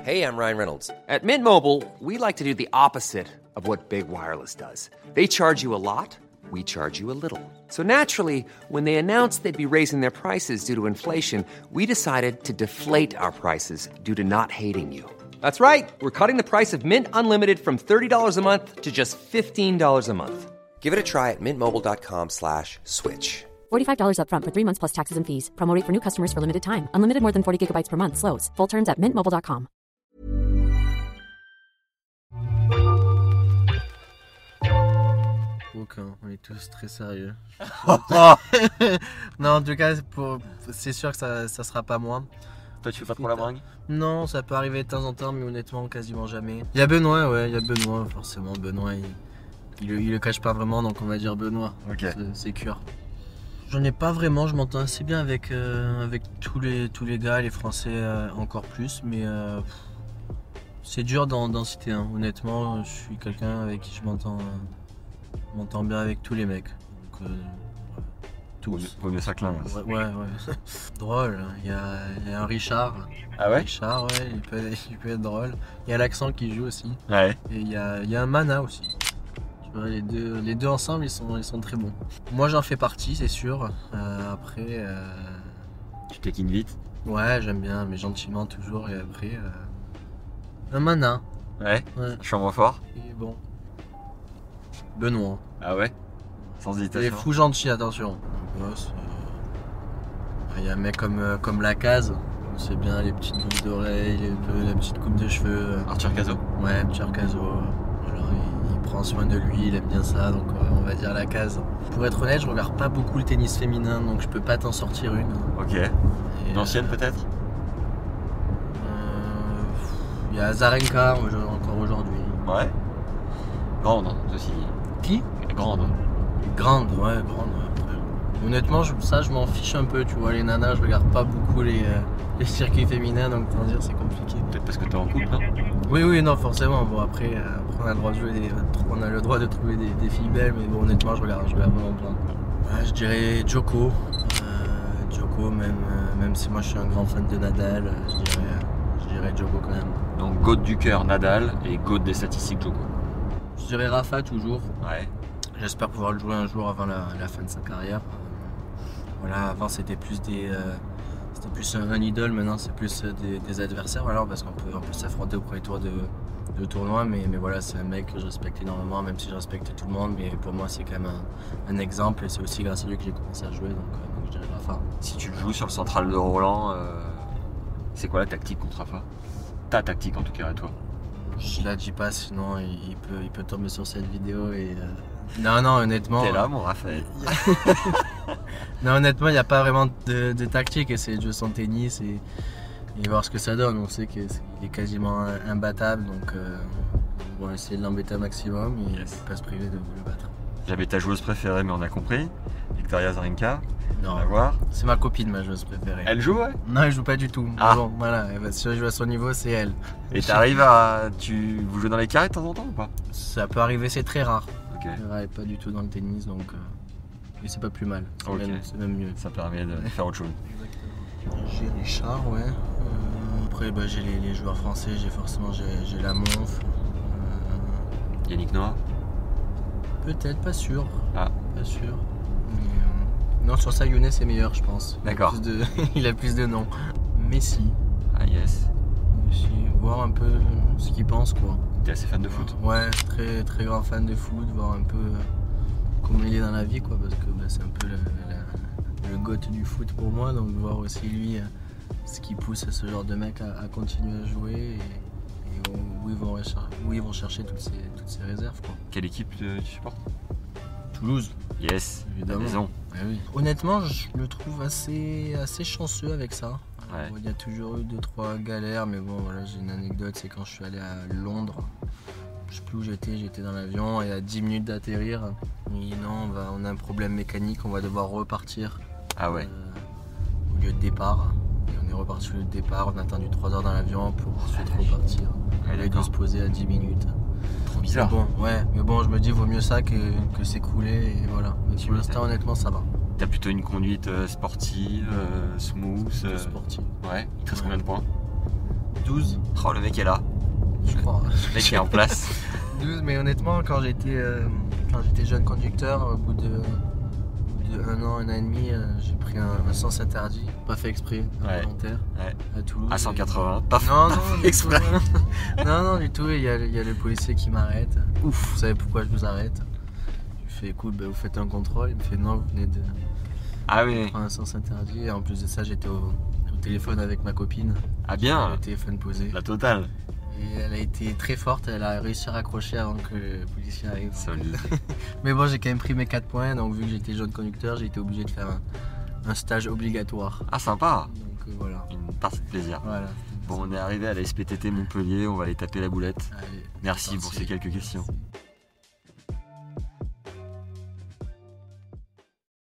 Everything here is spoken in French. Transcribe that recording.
Hey, I'm Ryan Reynolds. At Mint Mobile, we like to do the opposite of what Big Wireless does. They charge you a lot, we charge you a little. So naturally, when they announced they'd be raising their prices due to inflation, we decided to deflate our prices due to not hating you. That's right. We're cutting the price of Mint Unlimited from $30 a month to just $15 a month. Give it a try at mintmobile.com/switch. $45 up front for 3 months plus taxes and fees. Promo rate for new customers for limited time. Unlimited more than 40 gigabytes per month. Slows full terms at mintmobile.com. Aucun, on est tous très sérieux. Non, en tout cas, c'est sûr que ça sera pas moi. Toi, tu fais pas trop la bringue? Non, ça peut arriver de temps en temps, mais honnêtement, quasiment jamais. Il y a Benoît, forcément. Benoît, il le cache pas vraiment, donc on va dire Benoît. Ok. C'est sûr. J'en ai pas vraiment, je m'entends assez bien avec tous les gars, les Français encore plus, mais c'est dur d'en citer un. Honnêtement, je suis quelqu'un avec qui je m'entends bien avec tous les mecs. Donc, tous. Vaut mieux ça que l'un. Ouais. Drôle, il y a un Richard. Ah ouais? Richard, ouais, il peut être drôle. Il y a l'accent qui joue aussi. Ouais. Et il y a un Mana aussi. Tu vois, les deux ensemble, ils sont très bons. Moi, j'en fais partie, c'est sûr. Après... Tu t'équines vite? Ouais, j'aime bien, mais gentiment toujours. Et après... un Mana. Ouais. Chambre fort? Et bon... Benoît. Ah ouais? Sans hésitation. Il est fou gentil, attention. Il y a un mec comme Lacaze. C'est bien les petites boucles d'oreilles, la petite coupe de cheveux. Arthur Cazot. Ouais, Arthur Cazot. Alors il prend soin de lui, il aime bien ça, donc on va dire Lacaze. Pour être honnête, je regarde pas beaucoup le tennis féminin, donc je peux pas t'en sortir une. Ok. Une ancienne peut-être? Il y a Azarenka encore aujourd'hui. Ouais. Grande aussi. Qui? Grande. Grande. Après. Honnêtement, je m'en fiche un peu, tu vois, les nanas, je regarde pas beaucoup les circuits féminins, donc t'en dire c'est compliqué. Peut-être parce que t'es en couple, non? Oui, non, forcément. Bon, après on a le droit de jouer on a le droit de trouver des filles belles, mais bon, honnêtement, je regarde vraiment plein. Ouais, je dirais Djoko. Djoko, même si moi je suis un grand fan de Nadal, je dirais Djoko quand même. Donc, GOAT du cœur, Nadal, et GOAT des statistiques, Djoko. Je dirais Rafa toujours. Ouais. J'espère pouvoir le jouer un jour avant la fin de sa carrière. Voilà, avant c'était plus un idole, maintenant c'est plus des adversaires, voilà, parce qu'on peut s'affronter au premier tour de tournoi, mais voilà, c'est un mec que je respecte énormément, même si je respecte tout le monde, mais pour moi c'est quand même un exemple, et c'est aussi grâce à lui que j'ai commencé à jouer, donc je dirais Rafa. Si tu le joues sur le central de Roland, c'est quoi la tactique contre Rafa? Ta tactique en tout cas à toi? Je la dis pas, sinon il peut tomber sur cette vidéo et... Non, honnêtement... T'es là, mon Raphaël. Non, honnêtement, il n'y a pas vraiment de tactique. Essayer de jouer son tennis et voir ce que ça donne. On sait qu'il est quasiment imbattable, donc on va essayer de l'embêter un maximum et pas se priver de le battre. J'avais ta joueuse préférée, mais on a compris. Victoria Azarenka. Non, on va voir. C'est ma copine, ma joueuse préférée. Elle joue, ouais? Non, elle joue pas du tout. Ah. Bon, voilà, si je joue à son niveau, c'est elle. Et vous jouez dans les carrés de temps en temps ou pas? Ça peut arriver, c'est très rare. Ok. Ouais, pas du tout dans le tennis, donc... Et c'est pas plus mal, c'est même mieux. Ça permet de faire autre chose. Exactement. J'ai Richard, ouais. Après, j'ai les joueurs français, j'ai la Monf. Yannick Noah? Peut-être, pas sûr. Ah. Pas sûr. Mais, non, sur ça, Younes est meilleur, je pense. D'accord. Il a plus de noms. Messi. Ah yes. Messi, voir un peu ce qu'il pense, quoi. T'es assez fan de foot? Ouais, très, très grand fan de foot, voir un peu comment il est dans la vie, quoi, parce que c'est un peu le GOAT du foot pour moi, donc voir aussi lui ce qui pousse ce genre de mec à continuer à jouer et où ils vont chercher toutes ces réserves, quoi. Quelle équipe tu supportes? Toulouse. Yes, évidemment. Maison. Oui. Honnêtement, je le trouve assez chanceux avec ça. Ouais. Il y a toujours eu 2-3 galères, mais bon, voilà, j'ai une anecdote, c'est quand je suis allé à Londres. Je sais plus où j'étais dans l'avion et à 10 minutes d'atterrir, il m'a dit non, on a un problème mécanique, on va devoir repartir. Ah ouais. Au lieu de départ. Et on est reparti au lieu de départ, on a attendu 3 heures dans l'avion pour ensuite repartir. Ouais, au lieu de se poser à 10 minutes. Trop bizarre. Mais bon, je me dis, vaut mieux ça que s'écrouler et voilà. Mais pour l'instant, honnêtement, ça va. T'as plutôt une conduite sportive, smooth. Sportive. Ouais. Il te reste combien de points? 12, Oh, le mec est là. je crois. Le mec est en place. 12, mais honnêtement, quand j'étais jeune conducteur, au bout de 1 an, 1 an et demi, j'ai pris un sens interdit, pas fait exprès, involontaire, Ouais. à Toulouse. À 180. Pas Non, pas non, fait du exprès. tout. Non, du tout. Il y a le policier qui m'arrête. Ouf, vous savez pourquoi je vous arrête? Je lui fais écoute, vous faites un contrôle. Il me fait non, vous venez de Ah oui. prendre un sens interdit. Et en plus de ça, j'étais au téléphone avec ma copine. Ah bien. Le téléphone posé. La totale. Et elle a été très forte. Elle a réussi à raccrocher avant que le policier arrive. Solide. Mais bon, j'ai quand même pris mes 4 points. Donc, vu que j'étais jeune conducteur, j'ai été obligé de faire un stage obligatoire. Ah sympa. Donc, voilà. Une partie de plaisir. Voilà. Bon, on est arrivé à la SPTT Montpellier, on va aller taper la boulette. Allez, Merci c'est pour parti. ces quelques questions.